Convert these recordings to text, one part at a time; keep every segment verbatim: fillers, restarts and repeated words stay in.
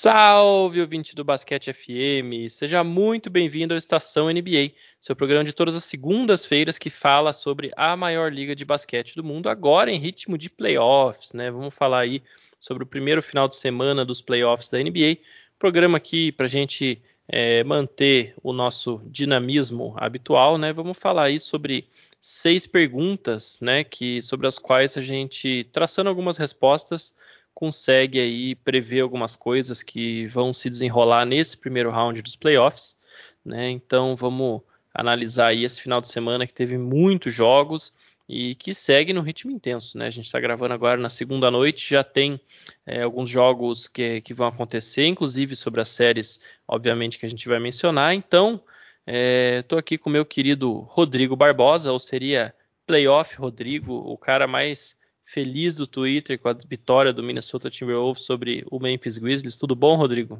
Salve, ouvinte do Basquete F M! Seja muito bem-vindo ao Estação N B A, seu programa de todas as segundas-feiras que fala sobre a maior liga de basquete do mundo, agora em ritmo de playoffs, né? Vamos falar aí sobre o primeiro final de semana dos playoffs da N B A. Programa aqui para a gente é, manter o nosso dinamismo habitual, né? Vamos falar aí sobre seis perguntas, né? Que, sobre as quais a gente, traçando algumas respostas, consegue aí prever algumas coisas que vão se desenrolar nesse primeiro round dos playoffs, né? Então vamos analisar aí esse final de semana que teve muitos jogos e que segue no ritmo intenso, né? A gente está gravando agora na segunda noite, já tem é, alguns jogos que, que vão acontecer, inclusive sobre as séries, obviamente, que a gente vai mencionar. Então, estou é, aqui com o meu querido Rodrigo Barbosa, ou seria Playoff Rodrigo, o cara mais feliz do Twitter com a vitória do Minnesota Timberwolves sobre o Memphis Grizzlies. Tudo bom, Rodrigo?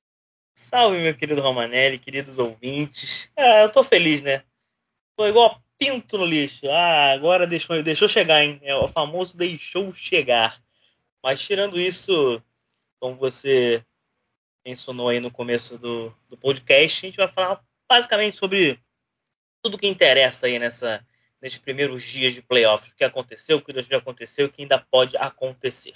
Salve, meu querido Romanelli, queridos ouvintes. Ah, eu tô feliz, né? Tô igual pinto no lixo. Ah, agora deixou, deixou chegar, hein? É o famoso deixou chegar. Mas tirando isso, como você mencionou aí no começo do, do podcast, a gente vai falar basicamente sobre tudo que interessa aí nessa, nesses primeiros dias de playoffs. O que aconteceu, o que já aconteceu, o que ainda pode acontecer.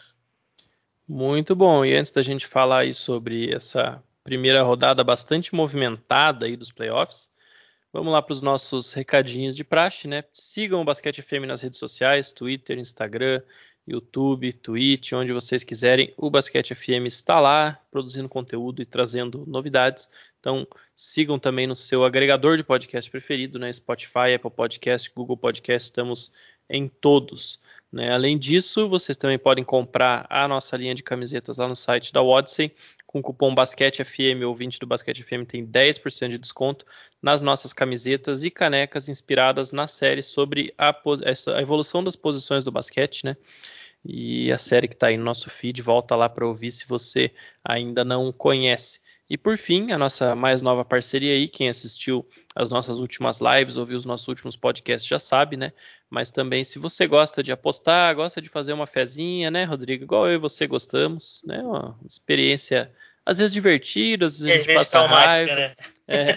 Muito bom. E antes da gente falar aí sobre essa primeira rodada bastante movimentada aí dos playoffs, vamos lá para os nossos recadinhos de praxe, né? Sigam o Basquete F M nas redes sociais, Twitter, Instagram, YouTube, Twitch, onde vocês quiserem. O Basquete F M está lá, produzindo conteúdo e trazendo novidades. Então, sigam também no seu agregador de podcast preferido, né? Spotify, Apple Podcast, Google Podcast, estamos em todos. Né? Além disso, vocês também podem comprar a nossa linha de camisetas lá no site da Odyssey. Com o cupom BasqueteFM, ouvinte do Basquete F M tem dez por cento de desconto nas nossas camisetas e canecas inspiradas na série sobre a, a evolução das posições do basquete, né? E a série que está aí no nosso feed, volta lá para ouvir se você ainda não conhece. E por fim, a nossa mais nova parceria aí, quem assistiu as nossas últimas lives, ouviu os nossos últimos podcasts já sabe, né? Mas também se você gosta de apostar, gosta de fazer uma fezinha, né, Rodrigo? Igual eu e você gostamos, né? Uma experiência às vezes divertida, às vezes a E às gente vezes passa traumática, raiva, né? é,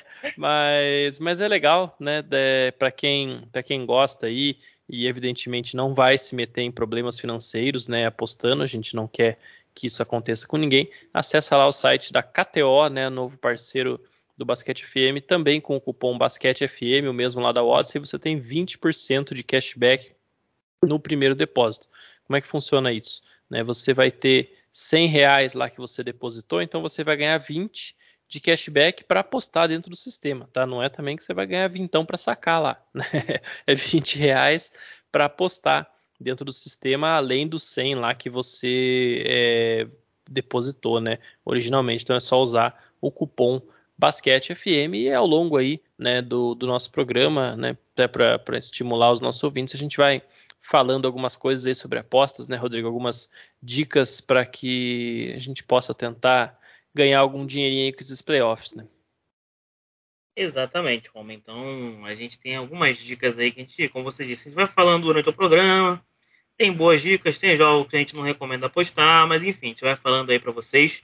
mas, mas é legal, né? Para quem, para quem gosta aí e evidentemente não vai se meter em problemas financeiros, né, apostando, a gente não quer que isso aconteça com ninguém. Acessa lá o site da K T O, né, novo parceiro do Basquete F M, também com o cupom BasqueteFM, o mesmo lá da Odyssey, você tem vinte por cento de cashback no primeiro depósito. Como é que funciona isso? Né, você vai ter cem reais lá que você depositou, então você vai ganhar vinte de cashback para apostar dentro do sistema, tá? Não é também que você vai ganhar vintão para sacar lá, né? É vinte reais para apostar dentro do sistema, além dos cem lá que você é, depositou, né? Originalmente. Então é só usar o cupom Basquete F M e ao longo aí, né, do, do nosso programa, né, até para estimular os nossos ouvintes, a gente vai falando algumas coisas aí sobre apostas, né, Rodrigo? Algumas dicas para que a gente possa tentar ganhar algum dinheirinho aí com esses playoffs, né? Exatamente, Roma. Então, a gente tem algumas dicas aí que a gente, como você disse, a gente vai falando durante o programa. Tem boas dicas, tem jogos que a gente não recomenda apostar, mas enfim, a gente vai falando aí para vocês.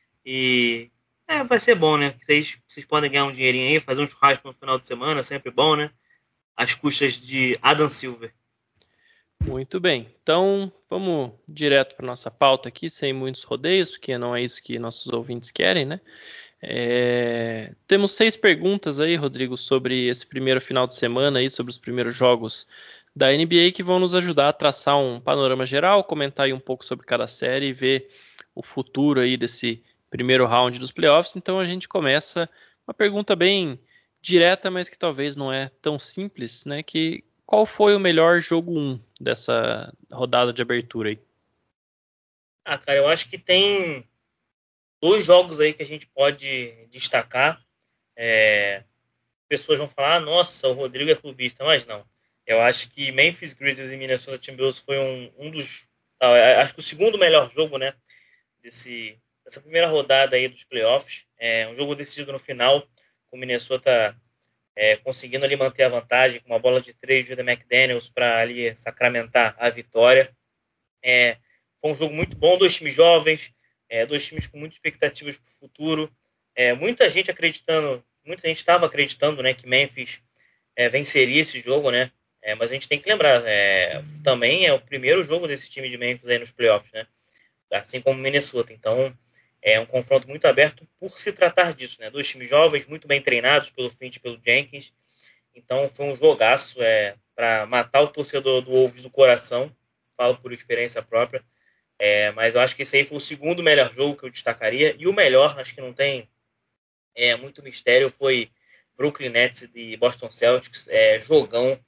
E é, vai ser bom, né? Vocês, vocês podem ganhar um dinheirinho aí, fazer um churrasco no final de semana, sempre bom, né? Às custas de Adam Silver. Muito bem. Então, vamos direto para nossa pauta aqui, sem muitos rodeios, porque não é isso que nossos ouvintes querem, né? É... Temos seis perguntas aí, Rodrigo, sobre esse primeiro final de semana aí, sobre os primeiros jogos da N B A que vão nos ajudar a traçar um panorama geral, comentar aí um pouco sobre cada série e ver o futuro aí desse primeiro round dos playoffs. Então a gente começa uma pergunta bem direta, mas que talvez não é tão simples, né? Que qual foi o melhor jogo um dessa rodada de abertura aí? Ah, cara, eu acho que tem dois jogos aí que a gente pode destacar. É, pessoas vão falar, ah, nossa, o Rodrigo é clubista, mas não. Eu acho que Memphis Grizzlies e Minnesota Timberwolves foi um, um dos... Ah, acho que o segundo melhor jogo, né? Desse, dessa primeira rodada aí dos playoffs. É um jogo decidido no final, com o Minnesota é, conseguindo ali manter a vantagem com uma bola de três de Jaden McDaniels para ali sacramentar a vitória. É, foi um jogo muito bom, dois times jovens, É, dois times com muitas expectativas para o futuro. É, muita gente acreditando, muita gente estava acreditando, né, que Memphis é, venceria esse jogo, né? É, mas a gente tem que lembrar, é, também é o primeiro jogo desse time de Memphis aí nos playoffs, né? Assim como Minnesota. Então, é um confronto muito aberto por se tratar disso, né? Dois times jovens, muito bem treinados pelo Finch e pelo Jenkins. Então, foi um jogaço é, para matar o torcedor do Wolves do coração. Falo por experiência própria. É, mas eu acho que esse aí foi o segundo melhor jogo que eu destacaria. E o melhor, acho que não tem é, muito mistério, foi Brooklyn Nets e Boston Celtics. É, jogão.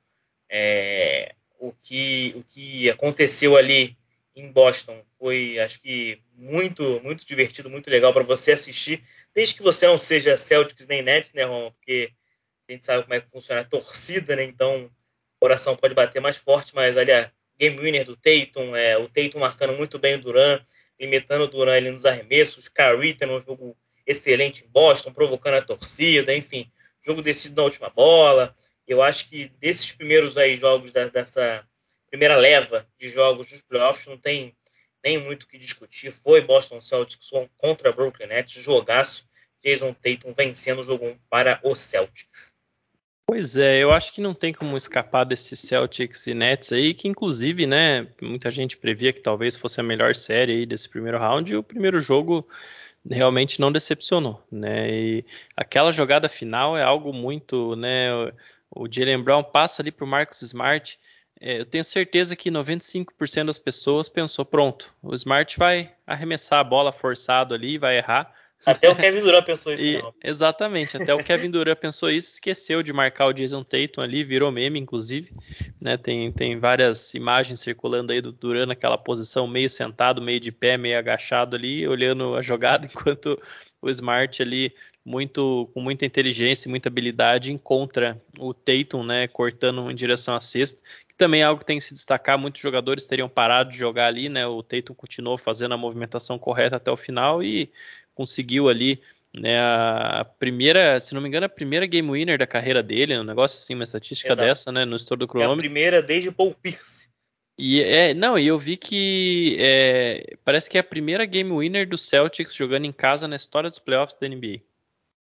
É, o, que, o que aconteceu ali em Boston foi, acho que, muito, muito divertido, muito legal para você assistir. Desde que você não seja Celtics nem Nets, né, Roma? Porque a gente sabe como é que funciona a torcida, né? Então o coração pode bater mais forte, mas ali a game winner do Tatum, é, o Tatum marcando muito bem o Durant, limitando o Durant ali nos arremessos, Curry tendo um jogo excelente em Boston, provocando a torcida, enfim, jogo decidido na última bola. Eu acho que desses primeiros aí jogos, da, dessa primeira leva de jogos dos playoffs, não tem nem muito o que discutir. Foi Boston Celtics contra Brooklyn Nets, jogaço. Jason Tatum vencendo o jogo um para os Celtics. Pois é, eu acho que não tem como escapar desses Celtics e Nets aí, que inclusive, né, muita gente previa que talvez fosse a melhor série aí desse primeiro round, e o primeiro jogo realmente não decepcionou, né, e aquela jogada final é algo muito, né, o, o Jaylen Brown passa ali pro Marcus Smart, é, eu tenho certeza que noventa e cinco por cento das pessoas pensou, pronto, o Smart vai arremessar a bola forçado ali, vai errar. Até o Kevin Durant pensou isso, E, não. exatamente, até o Kevin Durant pensou isso, esqueceu de marcar o Jason Tatum ali, virou meme, inclusive, né? Tem, tem várias imagens circulando aí do Durant naquela posição, meio sentado, meio de pé, meio agachado ali, olhando a jogada, enquanto o Smart ali, muito, com muita inteligência e muita habilidade, encontra o Tatum, né? Cortando em direção à cesta, que também é algo que tem que se destacar, muitos jogadores teriam parado de jogar ali, né? O Tatum continuou fazendo a movimentação correta até o final e conseguiu ali, né, a primeira, se não me engano, a primeira game winner da carreira dele, um negócio assim, uma estatística Exato. dessa, né, no estouro do É a cronômetro. primeira desde o Paul Pierce. E é, não, e eu vi que é, parece que é a primeira game winner do Celtics jogando em casa na história dos playoffs da N B A.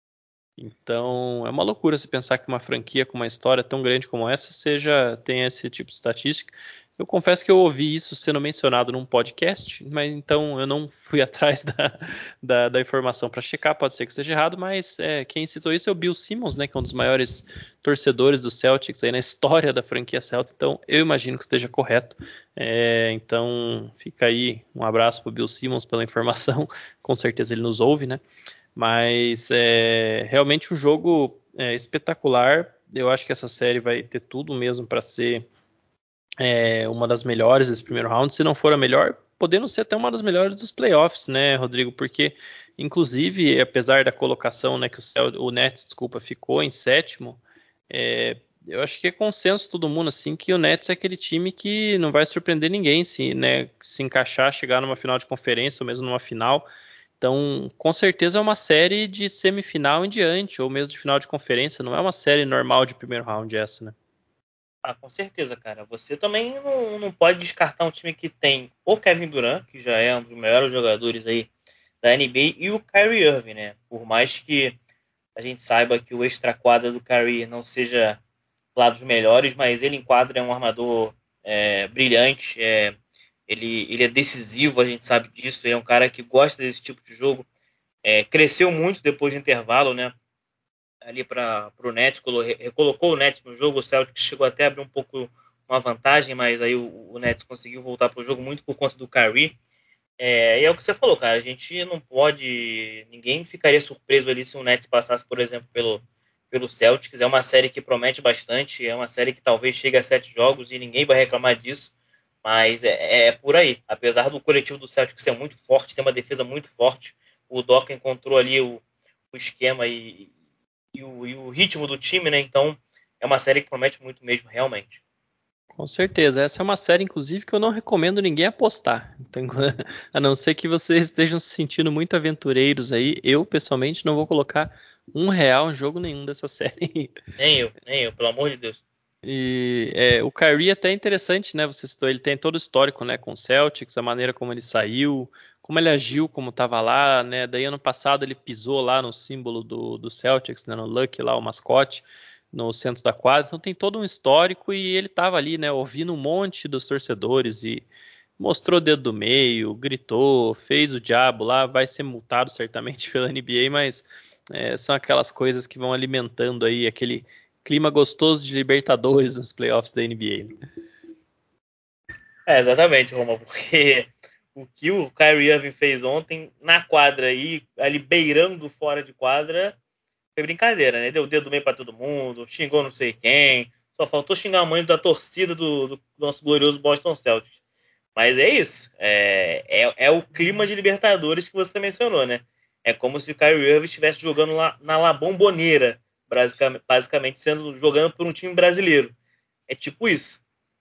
Então, é uma loucura se pensar que uma franquia com uma história tão grande como essa seja tenha esse tipo de estatística. Eu confesso que eu ouvi isso sendo mencionado num podcast, mas então eu não fui atrás da, da, da informação para checar, pode ser que esteja errado, mas é, quem citou isso é o Bill Simmons, né, que é um dos maiores torcedores do Celtics aí na história da franquia Celtics, então eu imagino que esteja correto. É, então fica aí um abraço para o Bill Simmons pela informação, com certeza ele nos ouve, né? Mas é realmente um jogo é, espetacular. Eu acho que essa série vai ter tudo mesmo para ser é, uma das melhores desse primeiro round, se não for a melhor, podendo ser até uma das melhores dos playoffs, né, Rodrigo? Porque, inclusive, apesar da colocação, né, que o, Cel o Nets, desculpa, ficou em sétimo, é, eu acho que é consenso todo mundo assim que o Nets é aquele time que não vai surpreender ninguém se, né, se encaixar, chegar numa final de conferência ou mesmo numa final. Então, com certeza é uma série de semifinal em diante, ou mesmo de final de conferência. Não é uma série normal de primeiro round essa, né? Ah, com certeza, cara. Você também não, não pode descartar um time que tem o Kevin Durant, que já é um dos melhores jogadores aí da N B A, e o Kyrie Irving, né? Por mais que a gente saiba que o extra-quadra do Kyrie não seja lá dos melhores, mas ele em quadra é um armador é, brilhante, é, ele, ele é decisivo, a gente sabe disso, ele é um cara que gosta desse tipo de jogo, é, cresceu muito depois do intervalo, né? Ali para o Nets, recolocou o Nets no jogo, o Celtics chegou até a abrir um pouco uma vantagem, mas aí o, o Nets conseguiu voltar para o jogo muito por conta do Kyrie. É, e é o que você falou, cara, a gente não pode, ninguém ficaria surpreso ali se o Nets passasse, por exemplo, pelo, pelo Celtics. É uma série que promete bastante, é uma série que talvez chegue a sete jogos e ninguém vai reclamar disso, mas é, é por aí. Apesar do coletivo do Celtics ser muito forte, ter uma defesa muito forte, o Doca encontrou ali o, o esquema e, e o, e o ritmo do time, né? Então é uma série que promete muito mesmo, realmente. Com certeza. Essa é uma série, inclusive, que eu não recomendo ninguém apostar. Então, a não ser que vocês estejam se sentindo muito aventureiros aí, eu, pessoalmente, não vou colocar um real em jogo nenhum dessa série. Nem eu, nem eu, pelo amor de Deus. E é, o Kyrie é até interessante, né? Você citou, ele tem todo o histórico, né, com o Celtics, a maneira como ele saiu, como ele agiu, como estava lá, né? Daí ano passado ele pisou lá no símbolo do, do Celtics, né, no Lucky lá, o mascote, no centro da quadra. Então tem todo um histórico e ele estava ali, né, ouvindo um monte dos torcedores e mostrou o dedo do meio, gritou, fez o diabo lá, vai ser multado certamente pela N B A, mas é, são aquelas coisas que vão alimentando aí aquele clima gostoso de Libertadores nos playoffs da N B A. Né? É, exatamente, Roma, porque o que o Kyrie Irving fez ontem na quadra aí, ali beirando fora de quadra, foi brincadeira, né? Deu o dedo do meio pra todo mundo, xingou não sei quem, só faltou xingar a mãe da torcida do, do nosso glorioso Boston Celtics. Mas é isso, é, é, é o clima de Libertadores que você mencionou, né? É como se o Kyrie Irving estivesse jogando lá na La Bombonera, basicamente, basicamente sendo, jogando por um time brasileiro. É tipo isso.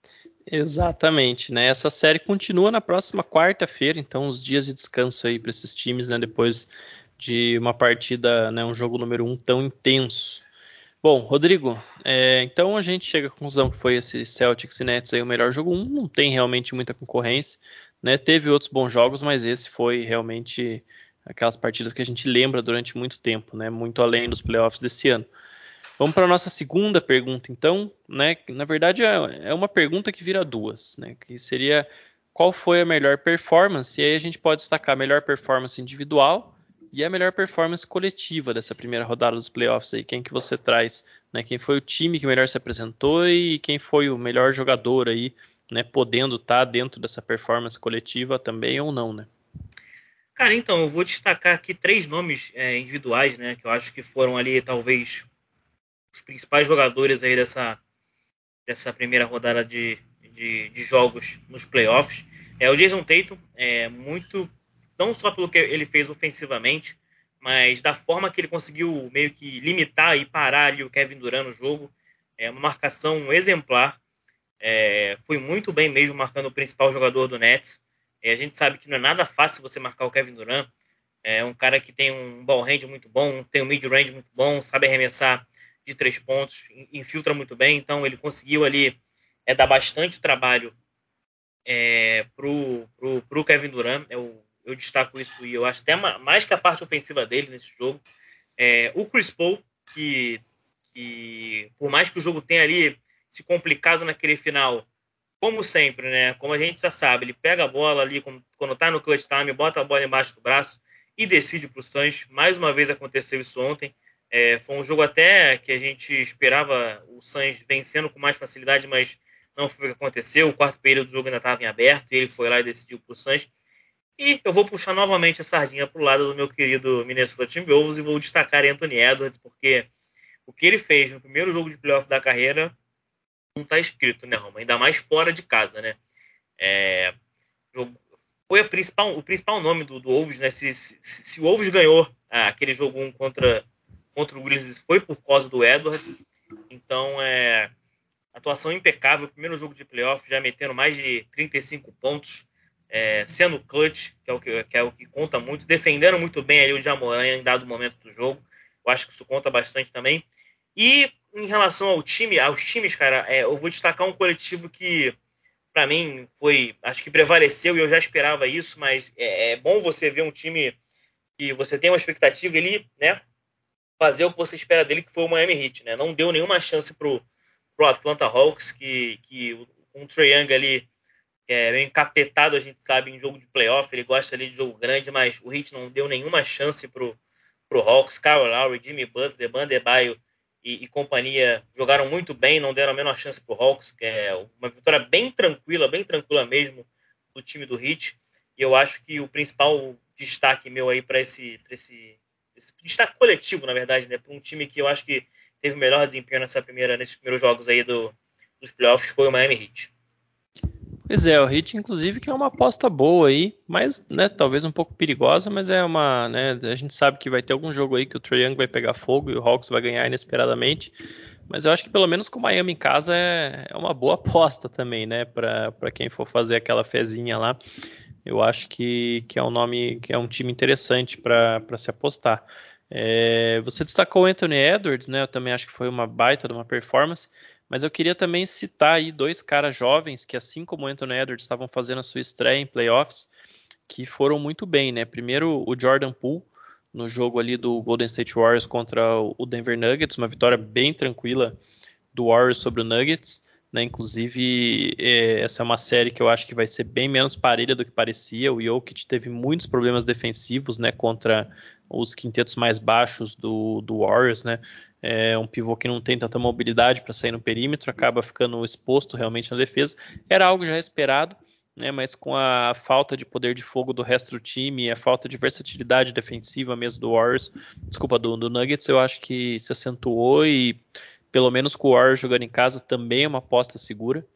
Exatamente, né? Essa série continua na próxima quarta-feira, então os dias de descanso aí para esses times, né? Depois de uma partida, né? Um jogo número um tão intenso. Bom, Rodrigo, é, então a gente chega à conclusão que foi esse Celtics e Nets aí o melhor jogo. Um, não tem realmente muita concorrência, né? Teve outros bons jogos, mas esse foi realmente aquelas partidas que a gente lembra durante muito tempo, né? Muito além dos playoffs desse ano. Vamos para a nossa segunda pergunta, então, né? Na verdade, é é uma pergunta que vira duas, né? Que seria qual foi a melhor performance? E aí a gente pode destacar a melhor performance individual e a melhor performance coletiva dessa primeira rodada dos playoffs aí. Quem que você traz, né? Quem foi o time que melhor se apresentou e quem foi o melhor jogador aí, né? Podendo estar dentro dessa performance coletiva também ou não, né? Cara, então, eu vou destacar aqui três nomes é, individuais, né? Que eu acho que foram ali, talvez, os principais jogadores aí dessa, dessa primeira rodada de, de, de jogos nos playoffs. É o Jason Tatum, é muito, não só pelo que ele fez ofensivamente, mas da forma que ele conseguiu meio que limitar e parar ali o Kevin Durant no jogo. É uma marcação exemplar. É, foi muito bem mesmo marcando o principal jogador do Nets. É, a gente sabe que não é nada fácil você marcar o Kevin Durant. É um cara que tem um ball range muito bom, tem um mid range muito bom, sabe arremessar de três pontos, infiltra muito bem. Então ele conseguiu ali é, dar bastante trabalho é, pro, pro, pro Kevin Durant. Eu, eu destaco isso e eu acho até mais que a parte ofensiva dele nesse jogo. É, o Chris Paul, que, que por mais que o jogo tenha ali se complicado naquele final, como sempre, né? Como a gente já sabe, ele pega a bola ali quando tá no clutch time, bota a bola embaixo do braço e decide pro Suns. Mais uma vez aconteceu isso ontem. É, foi um jogo até que a gente esperava o Suns vencendo com mais facilidade, mas não foi o que aconteceu. O quarto período do jogo ainda estava em aberto e ele foi lá e decidiu pro Suns. E eu vou puxar novamente a sardinha pro lado do meu querido Minnesota Timberwolves e vou destacar Anthony Edwards, porque o que ele fez no primeiro jogo de playoff da carreira não está escrito, né, Roma? Ainda mais fora de casa, né? É, foi a principal, o principal nome do, do Wolves, né? Se, se, se o Wolves ganhou ah, aquele jogo um contra, contra o Grizzlies foi por causa do Edwards. Então, é, atuação impecável. Primeiro jogo de playoff, já metendo mais de trinta e cinco pontos, é, sendo clutch, que é, o que, que é o que conta muito, defendendo muito bem ali o Jamoran em dado momento do jogo. Eu acho que isso conta bastante também. E em relação ao time, aos times, cara, é, eu vou destacar um coletivo que para mim foi, acho que prevaleceu e eu já esperava isso, mas é, é bom você ver um time que você tem uma expectativa ali, né, fazer o que você espera dele, que foi o Miami Heat, né? Não deu nenhuma chance pro, pro Atlanta Hawks, que, que um Trae Young ali é meio encapetado, a gente sabe, em jogo de playoff, ele gosta ali de jogo grande, mas o Heat não deu nenhuma chance pro, pro Hawks. Kyle Lowry, Jimmy Butler, Bam Adebayo e, e companhia jogaram muito bem, não deram a menor chance pro Hawks, que é uma vitória bem tranquila, bem tranquila mesmo do time do Heat. E eu acho que o principal destaque meu aí para esse, esse, esse destaque coletivo, na verdade, né, para um time que eu acho que teve o melhor desempenho nessa primeira, nesses primeiros jogos aí do, dos playoffs, foi o Miami Heat. Pois é, o Heat, inclusive, que é uma aposta boa aí, mas, né, talvez um pouco perigosa, mas é uma, né, a gente sabe que vai ter algum jogo aí que o Trae Young vai pegar fogo e o Hawks vai ganhar inesperadamente, mas eu acho que pelo menos com o Miami em casa é, é uma boa aposta também, né, para para quem for fazer aquela fezinha lá, eu acho que, que é um nome, que é um time interessante para para se apostar. É, você destacou o Anthony Edwards, né, eu também acho que foi uma baita de uma performance, Mas eu queria também citar aí dois caras jovens que, assim como o Anthony Edwards, estavam fazendo a sua estreia em playoffs, que foram muito bem, né? Primeiro o Jordan Poole, no jogo ali do Golden State Warriors contra o Denver Nuggets, uma vitória bem tranquila do Warriors sobre o Nuggets, né? Inclusive, é, essa é uma série que eu acho que vai ser bem menos parelha do que parecia. O Jokic teve muitos problemas defensivos, né? Contra os quintetos mais baixos do, do Warriors, né? É um pivô que não tem tanta mobilidade para sair no perímetro, acaba ficando exposto realmente na defesa. Era algo já esperado, né, mas com a falta de poder de fogo do resto do time, a falta de versatilidade defensiva mesmo do Warriors, desculpa, do, do Nuggets, eu acho que se acentuou e pelo menos com o Warriors jogando em casa também é uma aposta segura.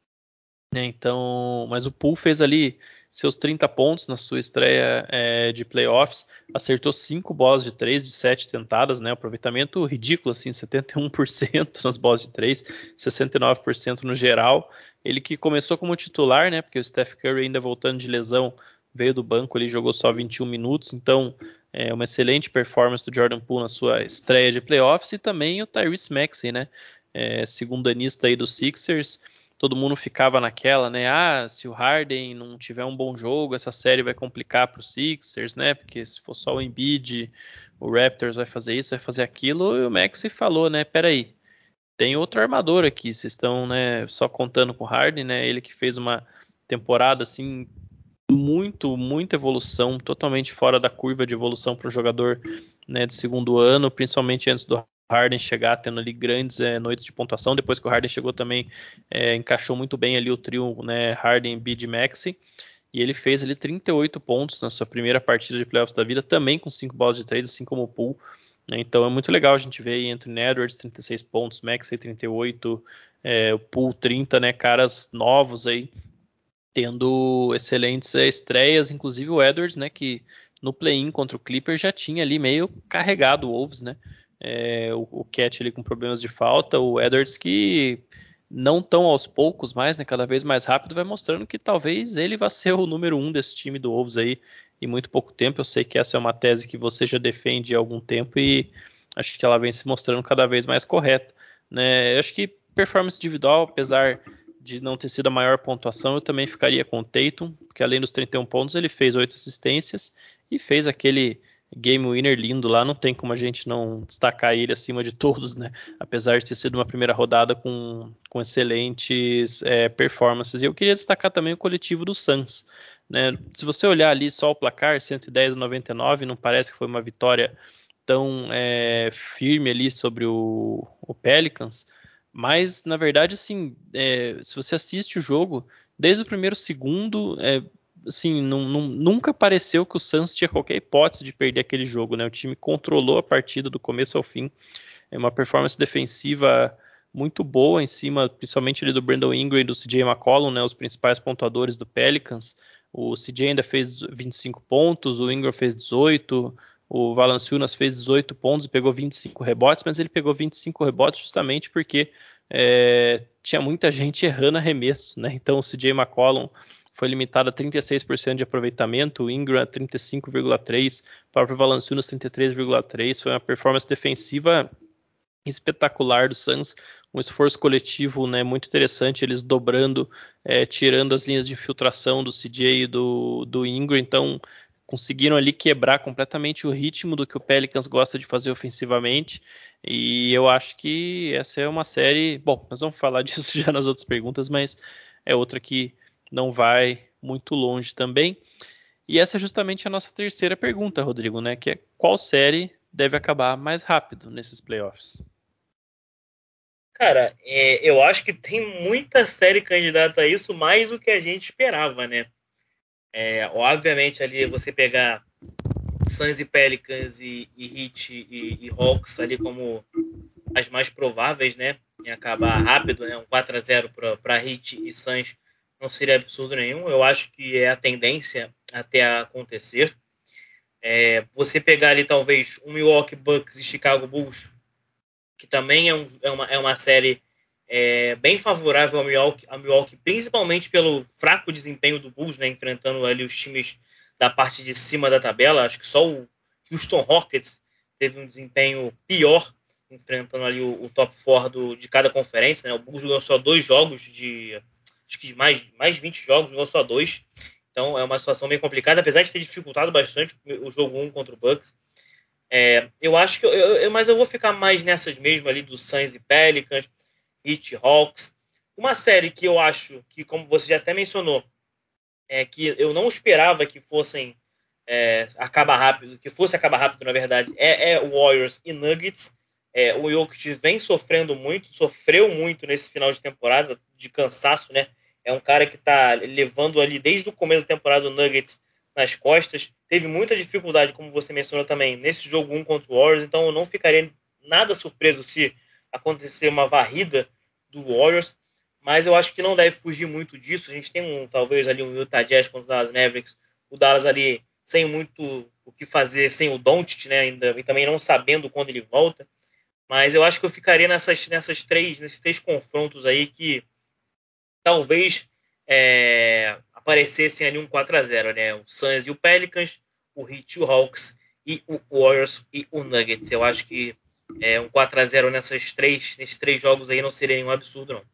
Né, então, mas o Poole fez ali seus trinta pontos na sua estreia é, de playoffs, acertou cinco bolas de três de sete tentadas, né, aproveitamento ridículo, assim, setenta e um por cento nas bolas de três, sessenta e nove por cento no geral. Ele que começou como titular, né, porque o Steph Curry ainda voltando de lesão veio do banco, ele jogou só vinte e um minutos, então é uma excelente performance do Jordan Poole na sua estreia de playoffs, e também o Tyrese Maxey, né, é, segundo anista aí dos Sixers. Todo mundo ficava naquela, né? Ah, se o Harden não tiver um bom jogo, essa série vai complicar para os Sixers, né? Porque se for só o Embiid, o Raptors vai fazer isso, vai fazer aquilo. E o Maxey falou, né? Peraí, tem outro armador aqui. Vocês estão, né? Só contando com o Harden, né? Ele que fez uma temporada assim muito, muita evolução, totalmente fora da curva de evolução para um jogador, né, de segundo ano, principalmente antes do Harden chegar, tendo ali grandes é, noites de pontuação. Depois que o Harden chegou também, é, encaixou muito bem ali o trio, né, Harden, Embiid e Maxey, e ele fez ali trinta e oito pontos na sua primeira partida de playoffs da vida, também com cinco bolas de três, assim como o Poole. Então é muito legal a gente ver aí Anthony Edwards, trinta e seis pontos, Maxey trinta e oito, é, o Poole trinta, né, caras novos aí, tendo excelentes estreias, inclusive o Edwards, né, que no play-in contra o Clippers já tinha ali meio carregado o Wolves, né, é, o, o Cat ali com problemas de falta, o Edwards que não tão aos poucos mais, né, cada vez mais rápido, vai mostrando que talvez ele vá ser o número um desse time do Wolves aí em muito pouco tempo. Eu sei que essa é uma tese que você já defende há algum tempo e acho que ela vem se mostrando cada vez mais correta, né. Eu acho que performance individual, apesar de não ter sido a maior pontuação, eu também ficaria com o Tatum, porque além dos trinta e um pontos, ele fez oito assistências e fez aquele game winner lindo lá, não tem como a gente não destacar ele acima de todos, né? Apesar de ter sido uma primeira rodada com, com excelentes é, performances. E eu queria destacar também o coletivo do Suns, né? Se você olhar ali só o placar, cento e dez a noventa e nove, não parece que foi uma vitória tão é, firme ali sobre o, o Pelicans, mas, na verdade, assim, é, se você assiste o jogo, desde o primeiro segundo, é, assim, não, não, nunca pareceu que o Suns tinha qualquer hipótese de perder aquele jogo, né? O time controlou a partida do começo ao fim. É uma performance defensiva muito boa em cima, principalmente ali do Brandon Ingram e do C J McCollum, né? Os principais pontuadores do Pelicans. O C J ainda fez vinte e cinco pontos, o Ingram fez dezoito, o Valanciunas fez dezoito pontos e pegou vinte e cinco rebotes, mas ele pegou vinte e cinco rebotes justamente porque é, tinha muita gente errando arremesso, né? Então o C J McCollum foi limitado a trinta e seis por cento de aproveitamento, o Ingram a trinta e cinco vírgula três por cento, o próprio Valanciunas trinta e três vírgula três por cento. Foi uma performance defensiva espetacular do Suns, um esforço coletivo, né, muito interessante, eles dobrando, é, tirando as linhas de infiltração do C J e do, do Ingram, então conseguiram ali quebrar completamente o ritmo do que o Pelicans gosta de fazer ofensivamente, e eu acho que essa é uma série, bom, nós vamos falar disso já nas outras perguntas, mas é outra que não vai muito longe também. E essa é justamente a nossa terceira pergunta, Rodrigo, né, que é qual série deve acabar mais rápido nesses playoffs? Cara, é, eu acho que tem muita série candidata a isso, mais do que a gente esperava, né? É, obviamente, ali você pegar Suns e Pelicans e, e Heat e, e Hawks ali como as mais prováveis, né? Em acabar rápido, né? Um quatro a zero para Heat e Suns não seria absurdo nenhum. Eu acho que é a tendência até a acontecer. É, você pegar ali talvez um Milwaukee Bucks e Chicago Bulls, que também é, um, é, uma, é uma série é, bem favorável ao Milwaukee, ao Milwaukee, principalmente pelo fraco desempenho do Bulls, né, enfrentando ali os times da parte de cima da tabela. Acho que só o Houston Rockets teve um desempenho pior enfrentando ali o, o top quatro de cada conferência, né? O Bulls ganhou só dois jogos de... Acho que mais, mais de vinte jogos, ganhou só dois. Então é uma situação bem complicada, apesar de ter dificultado bastante o jogo um contra o Bucks. É, eu acho que... Eu, eu, mas eu vou ficar mais nessas mesmo ali do Suns e Pelicans, Heat, Hawks. Uma série que eu acho que, como você já até mencionou, é que eu não esperava que fossem é, acabar rápido, que fosse acabar rápido, na verdade, é, é Warriors e Nuggets. É, o Jokic vem sofrendo muito, sofreu muito nesse final de temporada, de cansaço, né? É um cara que está levando ali desde o começo da temporada o Nuggets nas costas. Teve muita dificuldade, como você mencionou também, nesse jogo um contra o Warriors, então eu não ficaria nada surpreso se acontecer uma varrida do Warriors, mas eu acho que não deve fugir muito disso. A gente tem um, talvez ali um Utah Jazz contra o Dallas Mavericks, o Dallas ali sem muito o que fazer, sem o Doncic, né, ainda, e também não sabendo quando ele volta. Mas eu acho que eu ficaria nessas, nessas três, nesses três confrontos aí que talvez é, aparecessem ali um quatro a zero, né? O Suns e o Pelicans, o Heat e o Hawks, e o Warriors e o Nuggets. Eu acho que é, um quatro a zero nessas três, nesses três jogos aí não seria nenhum absurdo, não.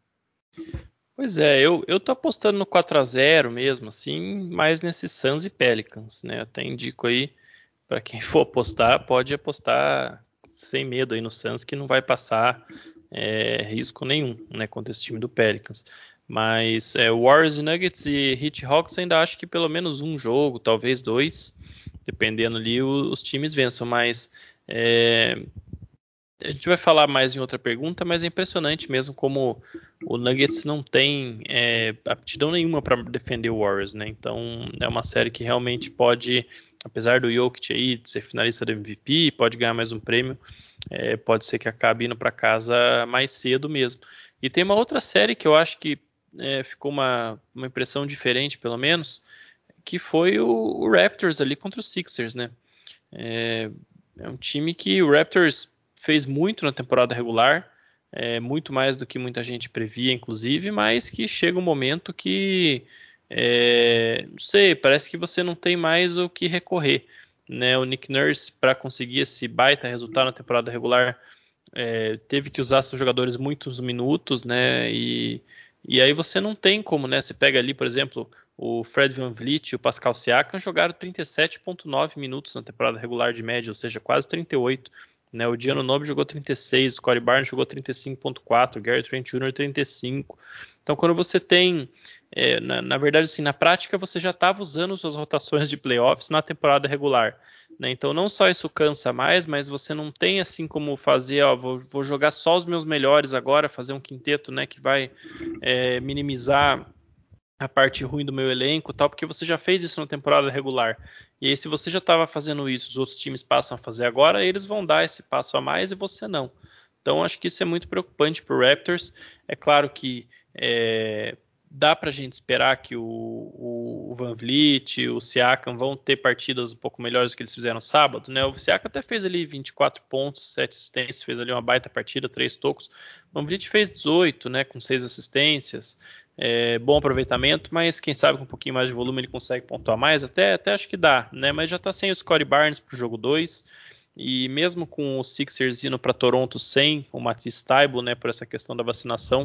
Pois é, eu, eu tô apostando no quatro a zero mesmo, assim, mais nesses Suns e Pelicans, né? Até indico aí, para quem for apostar, pode apostar sem medo aí no Suns, que não vai passar é, risco nenhum, né, contra esse time do Pelicans. Mas é, Warriors e Nuggets e Heat Hawks ainda acho que pelo menos um jogo, talvez dois, dependendo ali, o, os times vençam. Mas é, a gente vai falar mais em outra pergunta, mas é impressionante mesmo como o Nuggets não tem é, aptidão nenhuma para defender o Warriors, né? Então é uma série que realmente pode, apesar do Jokic aí ser finalista do M V P, pode ganhar mais um prêmio, é, pode ser que acabe indo para casa mais cedo mesmo. E tem uma outra série que eu acho que é, ficou uma, uma impressão diferente, pelo menos, que foi o, o Raptors ali contra os Sixers, né? É, é um time que o Raptors fez muito na temporada regular, é, muito mais do que muita gente previa, inclusive, mas que chega um momento que, é, não sei, parece que você não tem mais o que recorrer. Né? O Nick Nurse, para conseguir esse baita resultado na temporada regular, é, teve que usar seus jogadores muitos minutos, né? E, e aí você não tem como, né? Você pega ali, por exemplo, o Fred VanVleet e o Pascal Siakam jogaram trinta e sete vírgula nove minutos na temporada regular de média, ou seja, quase trinta e oito. Né? O Giannonobi jogou trinta e seis, o Scottie Barnes jogou trinta e cinco vírgula quatro, o Gary Trent Júnior trinta e cinco. Então, quando você tem, é, na, na verdade, assim, na prática, você já estava usando suas rotações de playoffs na temporada regular. Né? Então, não só isso cansa mais, mas você não tem assim como fazer, ó, vou, vou jogar só os meus melhores agora, fazer um quinteto, né, que vai é, minimizar a parte ruim do meu elenco, tal, porque você já fez isso na temporada regular. E aí, se você já estava fazendo isso, os outros times passam a fazer agora, eles vão dar esse passo a mais e você não. Então, acho que isso é muito preocupante para o Raptors. É claro que é, dá para a gente esperar que o, o, o VanVleet, o Siakam vão ter partidas um pouco melhores do que eles fizeram sábado, né? O Siakam até fez ali vinte e quatro pontos, sete assistências, fez ali uma baita partida, três tocos. O VanVleet fez dezoito, né? Com seis assistências. É, bom aproveitamento, mas quem sabe com um pouquinho mais de volume ele consegue pontuar mais, até, até acho que dá, né? Mas já está sem o Scottie Barnes para o jogo dois, e mesmo com o Sixers indo para Toronto sem o Matisse Thybulle, né, por essa questão da vacinação,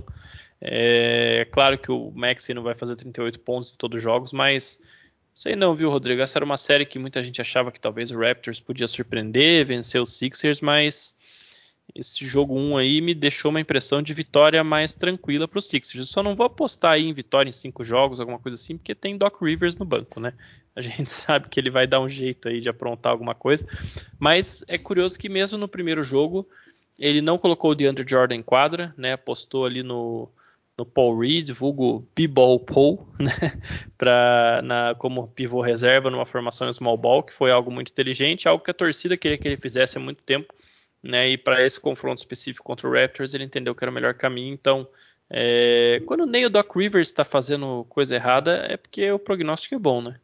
é, é claro que o Maxey não vai fazer trinta e oito pontos em todos os jogos, mas sei não, viu, Rodrigo? Essa era uma série que muita gente achava que talvez o Raptors podia surpreender, vencer os Sixers, mas esse jogo um aí me deixou uma impressão de vitória mais tranquila para os Sixers. Eu só não vou apostar aí em vitória em cinco jogos, alguma coisa assim, porque tem Doc Rivers no banco, né? A gente sabe que ele vai dar um jeito aí de aprontar alguma coisa. Mas é curioso que mesmo no primeiro jogo, ele não colocou o DeAndre Jordan em quadra, né? Apostou ali no, no Paul Reed, vulgo B-Ball Paul, né? Pra, na, como pivô reserva numa formação small ball, que foi algo muito inteligente, algo que a torcida queria que ele fizesse há muito tempo. Né, e para esse confronto específico contra o Raptors, ele entendeu que era o melhor caminho. Então, é, quando nem o Doc Rivers está fazendo coisa errada, é porque o prognóstico é bom, né?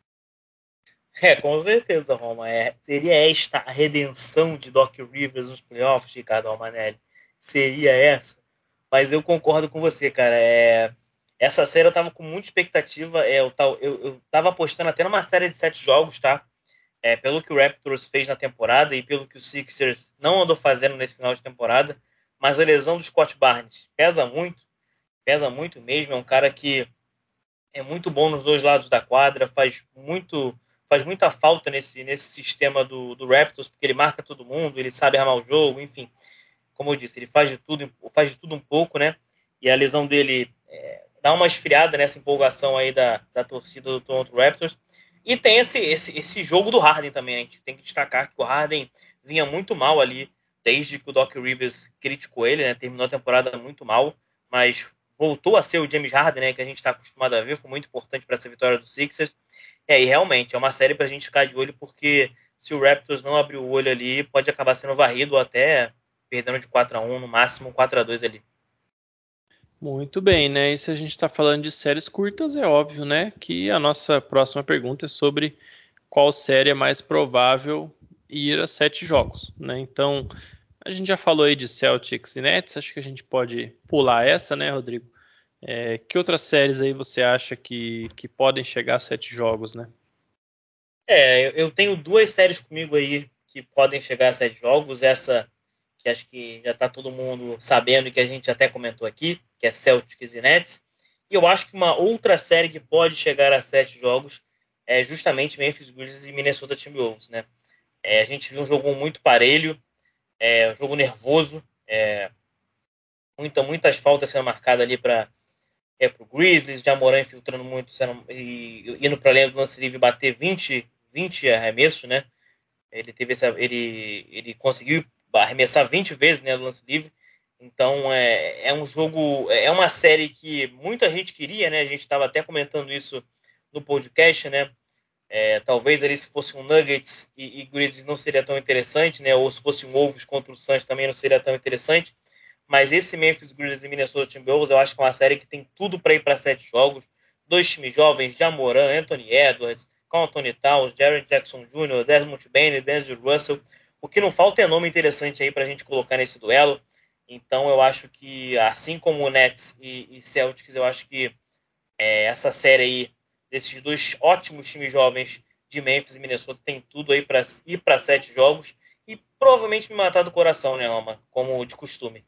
É, com certeza, Roma. É, seria esta a redenção de Doc Rivers nos playoffs, Ricardo Romanelli? Seria essa? Mas eu concordo com você, cara. É, essa série eu tava com muita expectativa. É, eu, eu, eu tava apostando até numa série de sete jogos, tá? é, pelo que o Raptors fez na temporada e pelo que o Sixers não andou fazendo nesse final de temporada, mas a lesão do Scott Barnes pesa muito, pesa muito mesmo. É um cara que é muito bom nos dois lados da quadra, faz muito, faz muita falta nesse, nesse sistema do, do Raptors, porque ele marca todo mundo, ele sabe armar o jogo, enfim. Como eu disse, ele faz de tudo, faz de tudo um pouco, né? E a lesão dele é, dá uma esfriada nessa empolgação aí da, da torcida do Toronto Raptors. E tem esse, esse, esse jogo do Harden também, né? A gente tem que destacar que o Harden vinha muito mal ali, desde que o Doc Rivers criticou ele, né? Terminou a temporada muito mal, mas voltou a ser o James Harden, né? Que a gente está acostumado a ver, foi muito importante para essa vitória do Sixers. E aí, realmente, é uma série para a gente ficar de olho, porque se o Raptors não abrir o olho ali, pode acabar sendo varrido ou até perdendo de quatro a um, no máximo quatro a dois ali. Muito bem, né? E se a gente está falando de séries curtas, é óbvio, né? Que a nossa próxima pergunta é sobre qual série é mais provável ir a sete jogos, né? Então, a gente já falou aí de Celtics e Nets, acho que a gente pode pular essa, né, Rodrigo? É, que outras séries aí você acha que, que podem chegar a sete jogos, né? É, eu tenho duas séries comigo aí que podem chegar a sete jogos. Essa que acho que já está todo mundo sabendo e que a gente até comentou aqui, que é Celtics e Nets. E eu acho que uma outra série que pode chegar a sete jogos é justamente Memphis Grizzlies e Minnesota Timberwolves, né? É, a gente viu um jogo muito parelho, é, um jogo nervoso, é, muita, muitas faltas sendo marcadas ali para é, o Grizzlies, Jamoran infiltrando muito sendo, e indo para além do lance livre bater vinte, vinte arremessos, né? Ele teve essa, ele, ele conseguiu arremessar vinte vezes, né, no lance livre. Então é, é um jogo, é uma série que muita gente queria, né? A gente estava até comentando isso no podcast, né? É, talvez ali se fosse um Nuggets e, e Grizzlies não seria tão interessante, né? Ou se fosse um Wolves contra o Suns também não seria tão interessante. Mas esse Memphis Grizzlies e Minnesota Timberwolves eu acho que é uma série que tem tudo para ir para sete jogos. Dois times jovens, Jamoran, Anthony Edwards, com Anthony Towns, Jaren Jackson Júnior, Desmond Bane, D'Angelo Russell. O que não falta é nome interessante aí para a gente colocar nesse duelo. Então eu acho que, assim como o Nets e, e Celtics, eu acho que é, essa série aí, desses dois ótimos times jovens de Memphis e Minnesota, tem tudo aí para ir para sete jogos e provavelmente me matar do coração, né, Alma? Como de costume.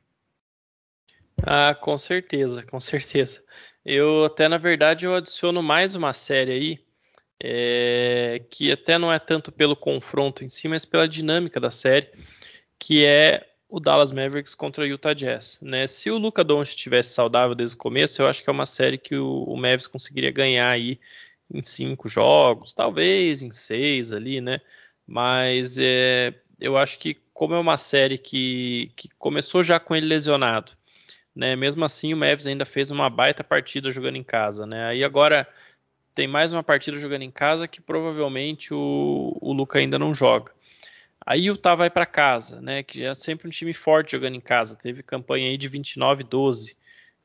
Ah, com certeza, com certeza. Eu até, na verdade, eu adiciono mais uma série aí, é, que até não é tanto pelo confronto em si, mas pela dinâmica da série, que é o Dallas Mavericks contra o Utah Jazz, né? Se o Luka Doncic estivesse saudável desde o começo, eu acho que é uma série que o, o Mavericks conseguiria ganhar aí em cinco jogos, talvez em seis ali, né? Mas é, eu acho que como é uma série que, que começou já com ele lesionado, né? Mesmo assim, o Mavs ainda fez uma baita partida jogando em casa, né? Aí agora tem mais uma partida jogando em casa que provavelmente o, o Luka ainda não joga. Aí o Utah vai para casa, né? Que é sempre um time forte jogando em casa. Teve campanha aí de vinte e nove a doze,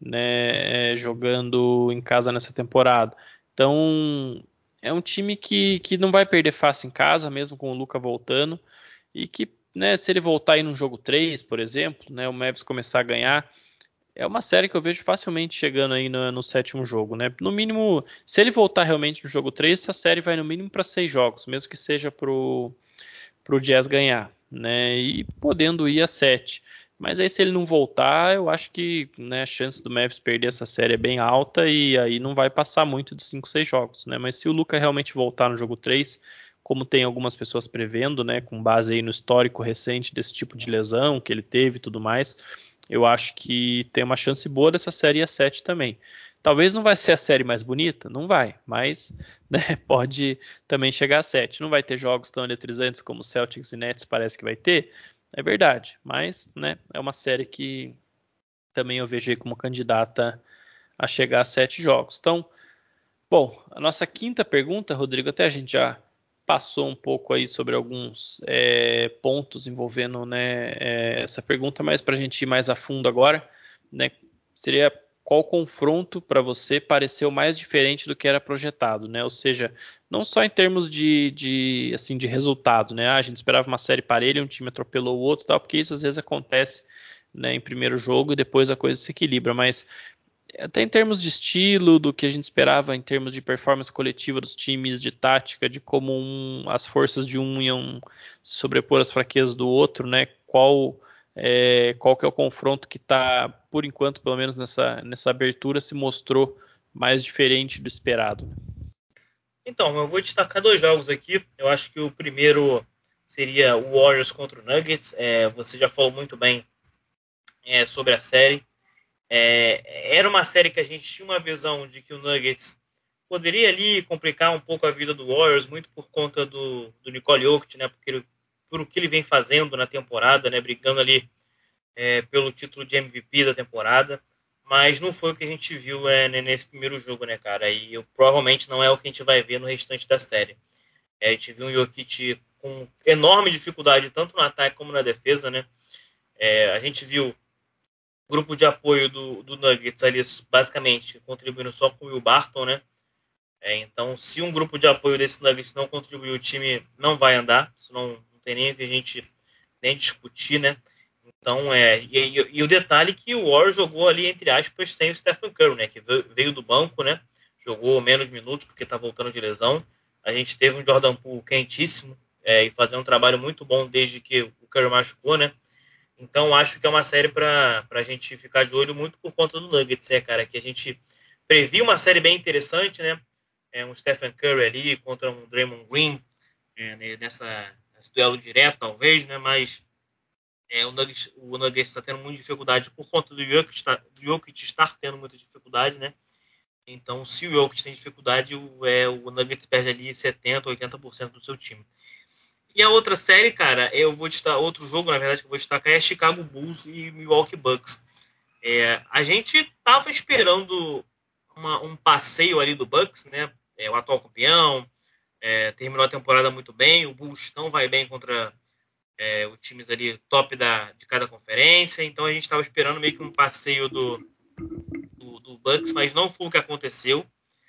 né? Jogando em casa nessa temporada. Então é um time que, que não vai perder fácil em casa, mesmo com o Luka voltando. E que, né, se ele voltar aí no jogo três, por exemplo, né? O Mavs começar a ganhar, é uma série que eu vejo facilmente chegando aí no, no sétimo jogo, né? No mínimo, se ele voltar realmente no jogo três, essa série vai no mínimo para seis jogos, mesmo que seja pro, pro Jazz ganhar, né? E podendo ir a sete. Mas aí se ele não voltar, eu acho que, né, a chance do Mavs perder essa série é bem alta e aí não vai passar muito de cinco, seis jogos, né? Mas se o Luka realmente voltar no jogo três, como tem algumas pessoas prevendo, né, com base aí no histórico recente desse tipo de lesão que ele teve e tudo mais, eu acho que tem uma chance boa dessa série a sete também. Talvez não vai ser a série mais bonita, não vai, mas, né, pode também chegar a sete. Não vai ter jogos tão eletrizantes como Celtics e Nets parece que vai ter, é verdade, mas, né, é uma série que também eu vejo aí como candidata a chegar a sete jogos. Então, bom, a nossa quinta pergunta, Rodrigo, até a gente já passou um pouco aí sobre alguns é, pontos envolvendo, né, é, essa pergunta, mas para a gente ir mais a fundo agora, né, seria qual confronto para você pareceu mais diferente do que era projetado, né? Ou seja, não só em termos de, de assim de resultado, né? Ah, a gente esperava uma série parelha, um time atropelou o outro, tal, porque isso às vezes acontece, né, em primeiro jogo e depois a coisa se equilibra, mas até em termos de estilo, do que a gente esperava em termos de performance coletiva dos times, de tática, de como um, as forças de um iam sobrepor as fraquezas do outro, né? Qual é, qual que é o confronto que está, por enquanto, pelo menos nessa, nessa abertura, se mostrou mais diferente do esperado. Então, eu vou destacar dois jogos aqui. Eu acho que o primeiro seria o Warriors contra o Nuggets. É, você já falou muito bem é, sobre a série. É, era uma série que a gente tinha uma visão de que o Nuggets poderia ali complicar um pouco a vida do Warriors, muito por conta do, do Nikola Jokic, né? Porque ele, por o que ele vem fazendo na temporada, né? Brigando ali é, pelo título de M V P da temporada. Mas não foi o que a gente viu é, nesse primeiro jogo, né, cara? E eu, provavelmente não é o que a gente vai ver no restante da série. É, a gente viu um Jokic com enorme dificuldade, tanto no ataque como na defesa, né? É, a gente viu o grupo de apoio do, do Nuggets ali, basicamente, contribuindo só com o Will Barton, né? É, então, se um grupo de apoio desse Nuggets não contribuir, o time não vai andar. Isso não, não tem nem o que a gente nem discutir, né? Então, é, e, e, e o detalhe é que o Warriors jogou ali, entre aspas, sem o Stephen Curry, né? Que veio, veio do banco, né? Jogou menos minutos porque está voltando de lesão. A gente teve um Jordan Poole quentíssimo é, e fazendo um trabalho muito bom desde que o Curry machucou, né? Então, acho que é uma série para a gente ficar de olho muito por conta do Nuggets, né, cara? Que a gente previa uma série bem interessante, né? É, um Stephen Curry ali contra um Draymond Green é, nessa, nesse duelo direto, talvez, né? Mas é, o Nuggets o Nuggets está tendo muita dificuldade por conta do Jokic, tá, do Jokic estar tendo muita dificuldade, né? Então, se o Jokic tem dificuldade, o, é, o Nuggets perde ali setenta, oitenta por cento do seu time. E a outra série, cara, eu vou destacar, outro jogo, na verdade, que eu vou destacar é Chicago Bulls e Milwaukee Bucks. É, a gente tava esperando uma, um passeio ali do Bucks, né? É, o atual campeão, é, terminou a temporada muito bem, o Bulls não vai bem contra é, os times ali top da, de cada conferência, então a gente estava esperando meio que um passeio do, do, do Bucks, mas não foi o que aconteceu.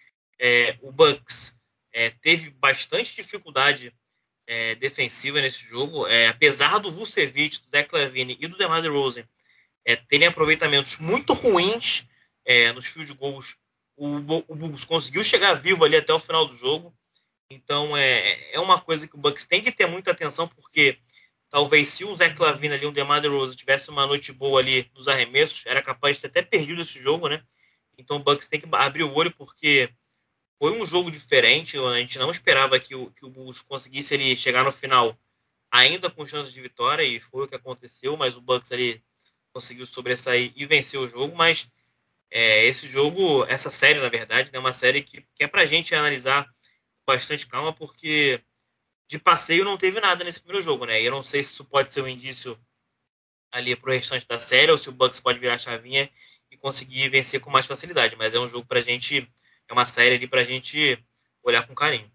É, o Bucks é, teve bastante dificuldade é, defensiva nesse jogo, é, apesar do Vucevic, do Zach LaVine e do DeMar DeRozan é, terem aproveitamentos muito ruins é, nos field goals, o, o Bulls conseguiu chegar vivo ali até o final do jogo. Então é, é uma coisa que o Bucks tem que ter muita atenção, porque talvez se o Zach LaVine ali, o DeMar DeRozan tivesse uma noite boa ali nos arremessos, era capaz de ter até perdido esse jogo, né? Então o Bucks tem que abrir o olho, porque foi um jogo diferente, a gente não esperava que o, que o Bulls conseguisse ali chegar no final ainda com chances de vitória, e foi o que aconteceu, mas o Bucks ali conseguiu sobressair e vencer o jogo, mas é, esse jogo, essa série, na verdade, é né, uma série que, que é pra gente analisar com bastante calma, porque de passeio não teve nada nesse primeiro jogo, né? E eu não sei se isso pode ser um indício ali pro restante da série, ou se o Bucks pode virar a chavinha e conseguir vencer com mais facilidade, mas é um jogo pra gente, é uma série ali pra gente olhar com carinho.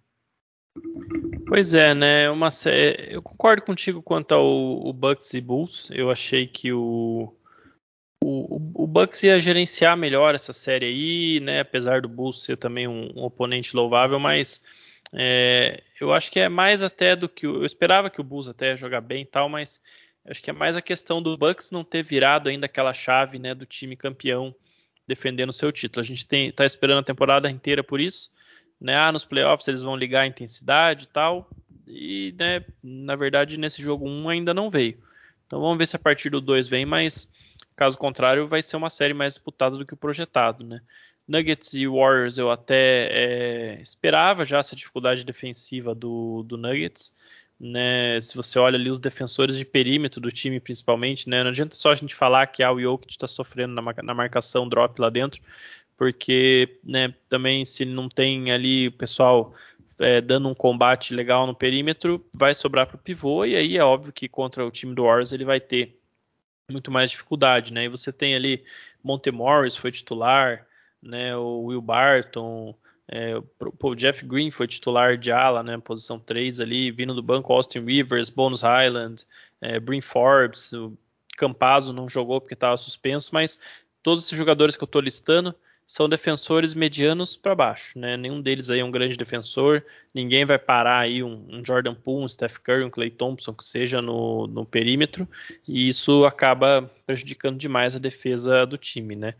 Pois é, né? Uma sé... Eu concordo contigo quanto ao o Bucks e Bulls. Eu achei que o, o, o Bucks ia gerenciar melhor essa série aí, né? Apesar do Bulls ser também um, um oponente louvável, mas é, eu acho que é mais até do que o, eu esperava que o Bulls até ia jogar bem e tal, mas acho que é mais a questão do Bucks não ter virado ainda aquela chave, né, do time campeão defendendo o seu título. A gente tem, tá esperando a temporada inteira por isso, né? Ah, nos playoffs eles vão ligar a intensidade e tal, e né, na verdade nesse jogo um ainda não veio. Então vamos ver se a partir do dois vem, mas caso contrário vai ser uma série mais disputada do que o projetado, né? Nuggets e Warriors eu até é, esperava já essa dificuldade defensiva do, do Nuggets, né? Se você olha ali os defensores de perímetro do time principalmente, né? Não adianta só a gente falar que ah, o Jokic está sofrendo na, na marcação drop lá dentro, porque né, também se não tem ali o pessoal é, dando um combate legal no perímetro, vai sobrar para o pivô, e aí é óbvio que contra o time do Warriors ele vai ter muito mais dificuldade, né? E você tem ali Monte Morris foi titular, né? O Will Barton, é, o Jeff Green foi titular de ala, né? Posição três ali, vindo do banco Austin Rivers, Bones Highland, é, Bryn Forbes, o Campazzo não jogou porque estava suspenso, mas todos esses jogadores que eu estou listando são defensores medianos para baixo, né? Nenhum deles aí é um grande defensor, ninguém vai parar aí um, um Jordan Poole, um Steph Curry, um Klay Thompson que seja no, no perímetro, e isso acaba prejudicando demais a defesa do time, né?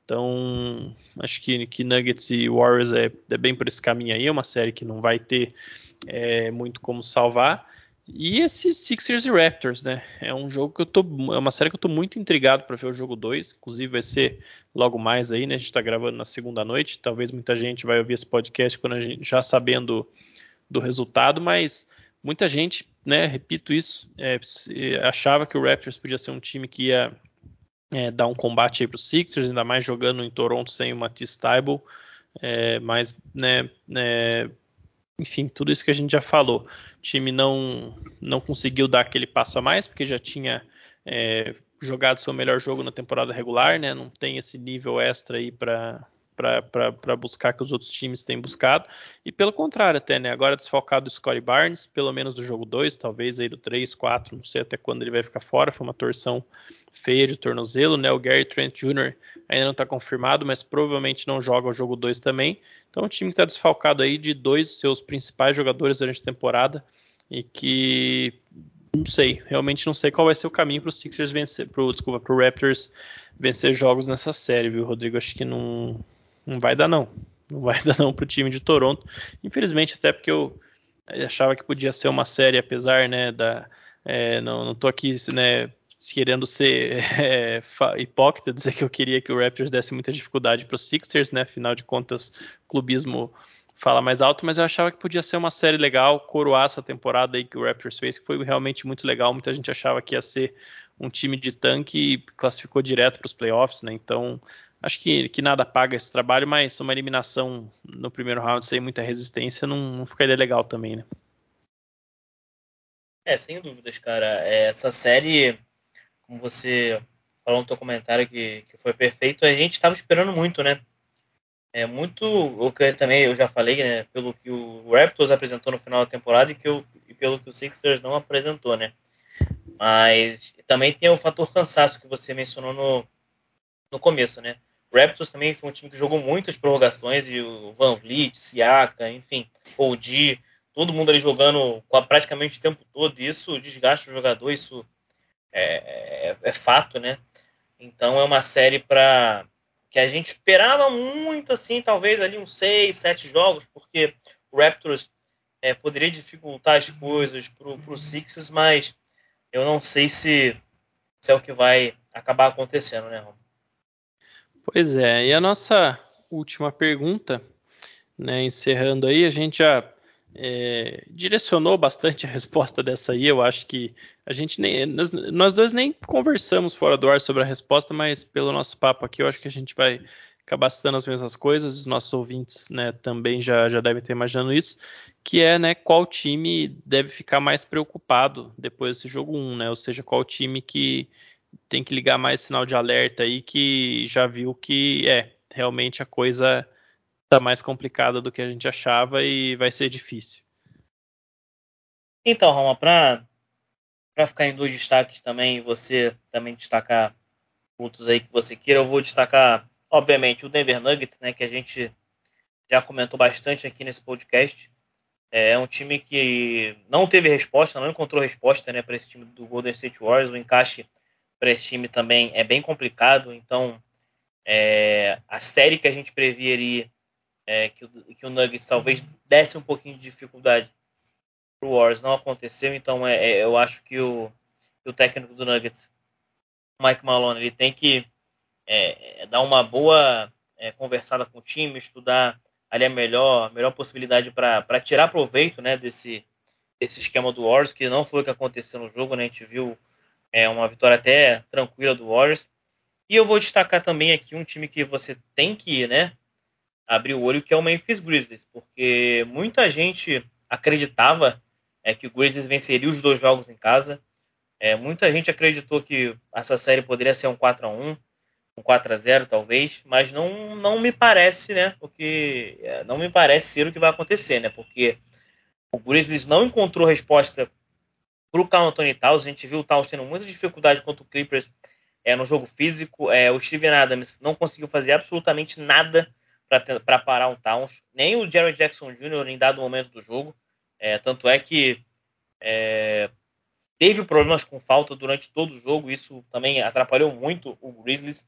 Então, acho que, que Nuggets e Warriors é, é bem por esse caminho aí, é uma série que não vai ter é, muito como salvar. E esse Sixers e Raptors, né? É um jogo que eu tô. É uma série que eu tô muito intrigado para ver o jogo dois. Inclusive vai ser logo mais aí, né? A gente tá gravando na segunda noite. Talvez muita gente vai ouvir esse podcast quando a gente, já sabendo do resultado, mas muita gente, né? Repito isso, é, achava que o Raptors podia ser um time que ia é, dar um combate aí pro Sixers, ainda mais jogando em Toronto sem o Matisse Thybulle. É, mas, né, né, enfim, tudo isso que a gente já falou. O time não, não conseguiu dar aquele passo a mais, porque já tinha é, jogado seu melhor jogo na temporada regular, né? Não tem esse nível extra aí para para buscar que os outros times têm buscado. E pelo contrário, até, né? Agora desfalcado o Scottie Barnes, pelo menos do jogo dois, talvez aí do três, quatro, não sei até quando ele vai ficar fora. Foi uma torção feia de tornozelo, né? O Gary Trent Júnior ainda não está confirmado, mas provavelmente não joga o jogo dois também. Então, o time que está desfalcado aí de dois dos seus principais jogadores durante a temporada e que não sei, realmente não sei qual vai ser o caminho para os Sixers vencer, pro, desculpa, para o Raptors vencer jogos nessa série, viu, Rodrigo? Acho que não, não vai dar não, não vai dar não para o time de Toronto. Infelizmente, até porque eu achava que podia ser uma série, apesar, né, da é, não, não tô aqui, né, querendo ser é, hipócrita, dizer que eu queria que o Raptors desse muita dificuldade para os Sixers, né? Afinal de contas, clubismo fala mais alto, mas eu achava que podia ser uma série legal, coroar essa temporada aí que o Raptors fez, que foi realmente muito legal. Muita gente achava que ia ser um time de tanque e classificou direto para os playoffs, né? Então, acho que, que nada paga esse trabalho, mas uma eliminação no primeiro round sem muita resistência não, não ficaria legal também, né? É, sem dúvidas, cara. É, essa série, como você falou no teu comentário que, que foi perfeito, a gente estava esperando muito, né? É muito o que eu também eu já falei, né? Pelo que o Raptors apresentou no final da temporada e, que eu, e pelo que o Sixers não apresentou, né? Mas também tem o fator cansaço que você mencionou no, no começo, né? O Raptors também foi um time que jogou muitas prorrogações e o Van Vliet, Siaka, enfim, O G, todo mundo ali jogando praticamente o tempo todo. Isso desgasta o jogador, isso é, é, é fato, né? Então é uma série para que a gente esperava muito, assim, talvez ali uns seis, sete jogos, porque o Raptors é, poderia dificultar as coisas para o Sixers, mas eu não sei se, se é o que vai acabar acontecendo, né, Rom? Pois é, e a nossa última pergunta, né, encerrando aí, a gente já é, direcionou bastante a resposta dessa aí. Eu acho que a gente nem. Nós, nós dois nem conversamos fora do ar sobre a resposta, mas pelo nosso papo aqui, eu acho que a gente vai acabar citando as mesmas coisas. Os nossos ouvintes, né, também já, já devem ter imaginado isso, que é, né, qual time deve ficar mais preocupado depois desse jogo um, né? Ou seja, qual time que tem que ligar mais sinal de alerta aí, que já viu que é realmente a coisa tá mais complicada do que a gente achava e vai ser difícil. Então, Roma, para ficar em dois destaques também, e você também destacar outros aí que você queira, eu vou destacar, obviamente, o Denver Nuggets, né, que a gente já comentou bastante aqui nesse podcast. É um time que não teve resposta, não encontrou resposta, né, para esse time do Golden State Warriors. O encaixe para esse time também é bem complicado. Então, é, a série que a gente previa ali, é, que, o, que o Nuggets talvez desse um pouquinho de dificuldade para o Warriors, não aconteceu. Então, é, é, eu acho que o, que o técnico do Nuggets, Mike Malone, ele tem que é, é, dar uma boa é, conversada com o time, estudar ali a melhor, melhor possibilidade para tirar proveito, né, desse, desse esquema do Warriors, que não foi o que aconteceu no jogo, né? A gente viu é, uma vitória até tranquila do Warriors. E eu vou destacar também aqui um time que você tem que, né, abrir o olho, que é o Memphis Grizzlies, porque muita gente acreditava é, que o Grizzlies venceria os dois jogos em casa. É, muita gente acreditou que essa série poderia ser um quatro a um, um quatro a zero talvez, mas não, não me parece, né, porque é, não me parece ser o que vai acontecer, né, porque o Grizzlies não encontrou resposta para o Karl Anthony Towns. A gente viu o Towns tendo muita dificuldade contra o Clippers é, no jogo físico. É, o Steven Adams não conseguiu fazer absolutamente nada para parar o Towns, nem o Jaren Jackson Júnior em dado momento do jogo. É, tanto é que é, teve problemas com falta durante todo o jogo. Isso também atrapalhou muito o Grizzlies.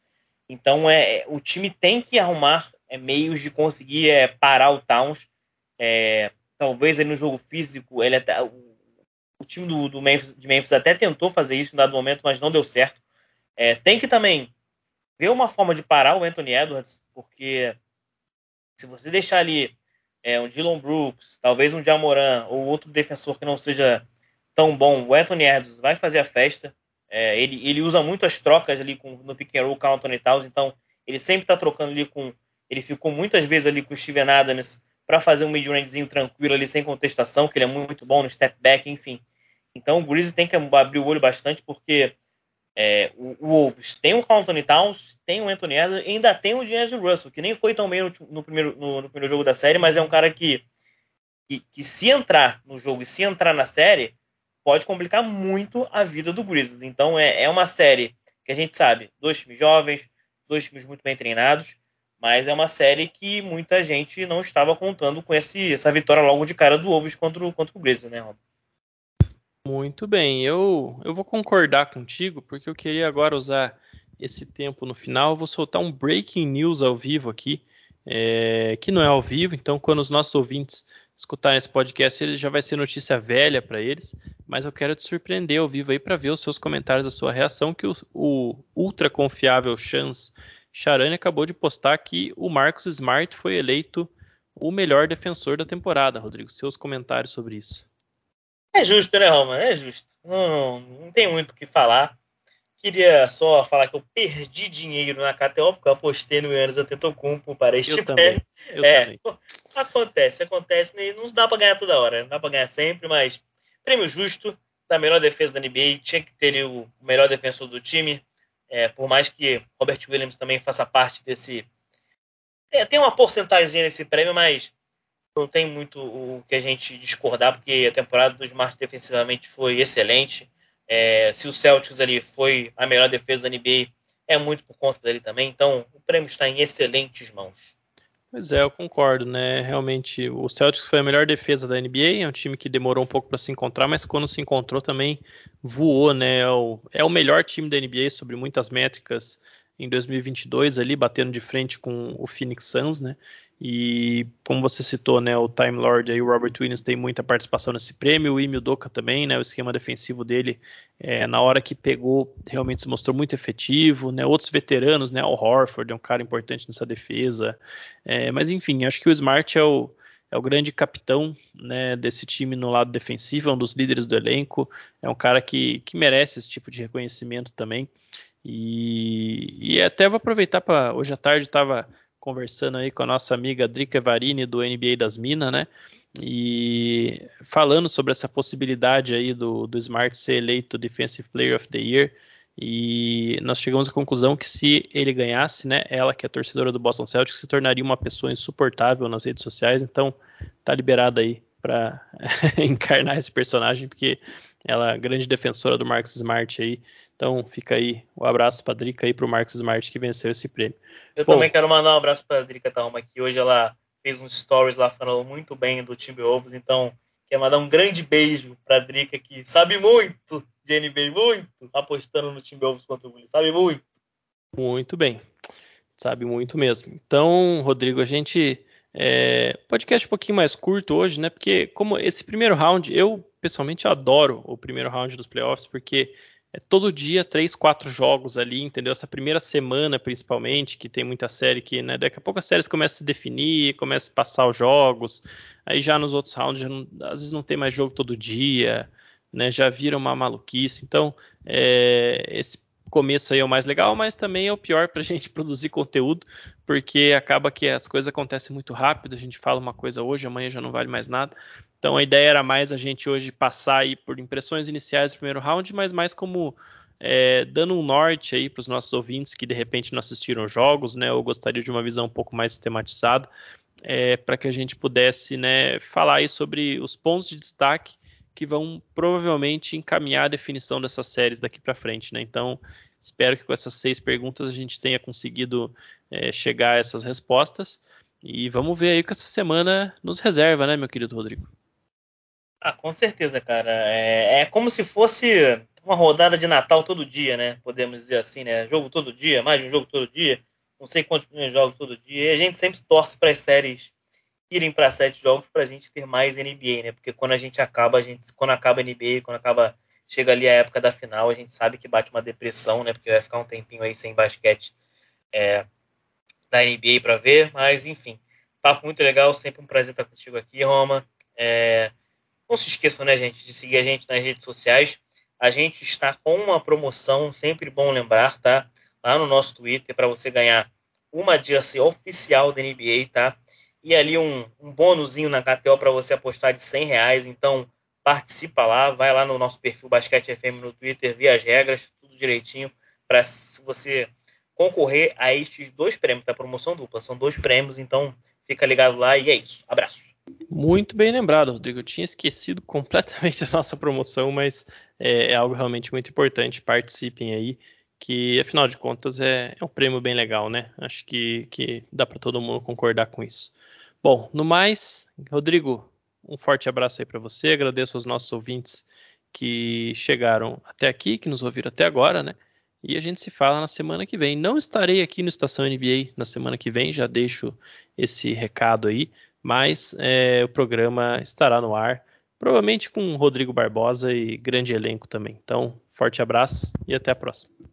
Então é, o time tem que arrumar é, meios de conseguir é, parar o Towns. É, talvez ele no jogo físico, ele até, o, o time do, do Memphis, de Memphis até tentou fazer isso em dado momento, mas não deu certo. É, tem que também ver uma forma de parar o Anthony Edwards, porque se você deixar ali é, um Dillon Brooks, talvez um Jamoran ou outro defensor que não seja tão bom, o Anthony Edwards vai fazer a festa. É, ele, ele usa muito as trocas ali com, no pick and roll com o Anthony Towns, então ele sempre está trocando ali com... Ele ficou muitas vezes ali com o Steven Adams para fazer um mid-rangezinho tranquilo ali, sem contestação, que ele é muito bom no step back, enfim. Então o Grizzlies tem que abrir o olho bastante, porque é, o, o Wolves tem o Anthony Towns, tem o Anthony Edwards, e ainda tem o D'Angelo Russell, que nem foi tão bem no, no, primeiro, no, no primeiro jogo da série, mas é um cara que, que, que se entrar no jogo e se entrar na série, pode complicar muito a vida do Grizzlies. Então é, é uma série que a gente sabe, dois times jovens, dois times muito bem treinados, mas é uma série que muita gente não estava contando com esse, essa vitória logo de cara do Wolves contra o, contra o Grizzlies, né, Rob? Muito bem, eu, eu vou concordar contigo, porque eu queria agora usar esse tempo no final. Eu vou soltar um breaking news ao vivo aqui, é, que não é ao vivo, então quando os nossos ouvintes escutarem esse podcast, ele já vai ser notícia velha para eles, mas eu quero te surpreender ao vivo aí para ver os seus comentários, a sua reação, que o, o ultra confiável Chance Charania acabou de postar que o Marcus Smart foi eleito o melhor defensor da temporada. Rodrigo, seus comentários sobre isso. É justo, né, Roman? É justo. Não, não tem muito o que falar. Queria só falar que eu perdi dinheiro na K T O, porque eu apostei no Giannis Antetokounmpo para Eu este também, prêmio. eu É, também. acontece, acontece. Não dá para ganhar toda hora, não dá para ganhar sempre, mas prêmio justo da melhor defesa da N B A. Tinha que ter o melhor defensor do time. É, por mais que Robert Williams também faça parte desse... É, tem uma porcentagem nesse prêmio, mas não tem muito o que a gente discordar, porque a temporada do Smart defensivamente foi excelente. É, se o Celtics ali foi a melhor defesa da N B A, é muito por conta dele também. Então, o prêmio está em excelentes mãos. Pois é, eu concordo, né? Realmente, o Celtics foi a melhor defesa da N B A, é um time que demorou um pouco para se encontrar, mas quando se encontrou também voou, né? É o, é o melhor time da N B A sobre muitas métricas em dois mil e vinte e dois ali, batendo de frente com o Phoenix Suns, né? E como você citou, né, o Time Lord aí, o Robert Williams tem muita participação nesse prêmio, o Ime Udoka também, né? O esquema defensivo dele, é, na hora que pegou, realmente se mostrou muito efetivo, né? Outros veteranos, né? O Horford é um cara importante nessa defesa. É, mas enfim, acho que o Smart é o, é o grande capitão, né, desse time no lado defensivo, é um dos líderes do elenco, é um cara que, que merece esse tipo de reconhecimento também. E, e até vou aproveitar para. Hoje à tarde estava conversando aí com a nossa amiga Drica Varini do N B A das Minas, né? E falando sobre essa possibilidade aí do, do Smart ser eleito Defensive Player of the Year. E nós chegamos à conclusão que se ele ganhasse, né, ela que é torcedora do Boston Celtics, se tornaria uma pessoa insuportável nas redes sociais. Então tá liberada aí para encarnar esse personagem, porque ela é grande defensora do Marcus Smart aí. Então fica aí o um abraço para a Drica aí para o Marcus Smart que venceu esse prêmio. Eu também Bom, quero mandar um abraço para a Drica Talma, que hoje ela fez uns stories lá falando muito bem do Timberwolves, então quero mandar um grande beijo para a Drica, que sabe muito de N B A, muito, apostando no Timberwolves contra o Bulls, sabe muito. muito bem. Sabe muito mesmo. Então, Rodrigo, a gente é, podcast um pouquinho mais curto hoje, né? Porque como esse primeiro round, eu pessoalmente adoro o primeiro round dos playoffs, porque é todo dia três, quatro jogos ali, entendeu? Essa primeira semana, principalmente, que tem muita série que, né? Daqui a pouco as séries começam a se definir, começam a passar os jogos. Aí já nos outros rounds, já não, às vezes não tem mais jogo todo dia, né? Já vira uma maluquice. Então, é, esse começo aí é o mais legal, mas também é o pior para a gente produzir conteúdo, porque acaba que as coisas acontecem muito rápido, a gente fala uma coisa hoje, amanhã já não vale mais nada. Então a ideia era mais a gente hoje passar aí por impressões iniciais do primeiro round, mas mais como é, dando um norte aí para os nossos ouvintes que de repente não assistiram jogos, né, ou gostariam de uma visão um pouco mais sistematizada, é, para que a gente pudesse, né, falar aí sobre os pontos de destaque que vão provavelmente encaminhar a definição dessas séries daqui para frente, né? Então, espero que com essas seis perguntas a gente tenha conseguido é, chegar a essas respostas. E vamos ver aí o que essa semana nos reserva, né, meu querido Rodrigo? Ah, com certeza, cara. É, é como se fosse uma rodada de Natal todo dia, né? Podemos dizer assim, né? Jogo todo dia, mais de um jogo todo dia, não sei quantos milhões de jogos todo dia. E a gente sempre torce para as séries irem para sete jogos para a gente ter mais N B A, né? Porque quando a gente acaba, a gente, quando acaba a N B A, quando acaba, chega ali a época da final, a gente sabe que bate uma depressão, né? Porque vai ficar um tempinho aí sem basquete é, da N B A para ver. Mas enfim, papo muito legal, sempre um prazer estar contigo aqui, Roma. É, não se esqueçam, né, gente, de seguir a gente nas redes sociais. A gente está com uma promoção, sempre bom lembrar, tá? Lá no nosso Twitter, para você ganhar uma jersey oficial da N B A, tá? E ali um, um bônusinho na K T O para você apostar de cem reais. Então, participa lá, vai lá no nosso perfil Basquete F M no Twitter, via as regras, tudo direitinho, para você concorrer a estes dois prêmios, da promoção dupla. São dois prêmios, então fica ligado lá e é isso. Abraço. Muito bem lembrado, Rodrigo. Eu tinha esquecido completamente da nossa promoção, mas é, é algo realmente muito importante. Participem aí, que afinal de contas é, é um prêmio bem legal, né? Acho que, que dá para todo mundo concordar com isso. Bom, no mais, Rodrigo, um forte abraço aí para você. Agradeço aos nossos ouvintes que chegaram até aqui, que nos ouviram até agora, né? E a gente se fala na semana que vem. Não estarei aqui no Estação N B A na semana que vem, já deixo esse recado aí, mas é, o programa estará no ar, provavelmente com Rodrigo Barbosa e grande elenco também. Então, forte abraço e até a próxima.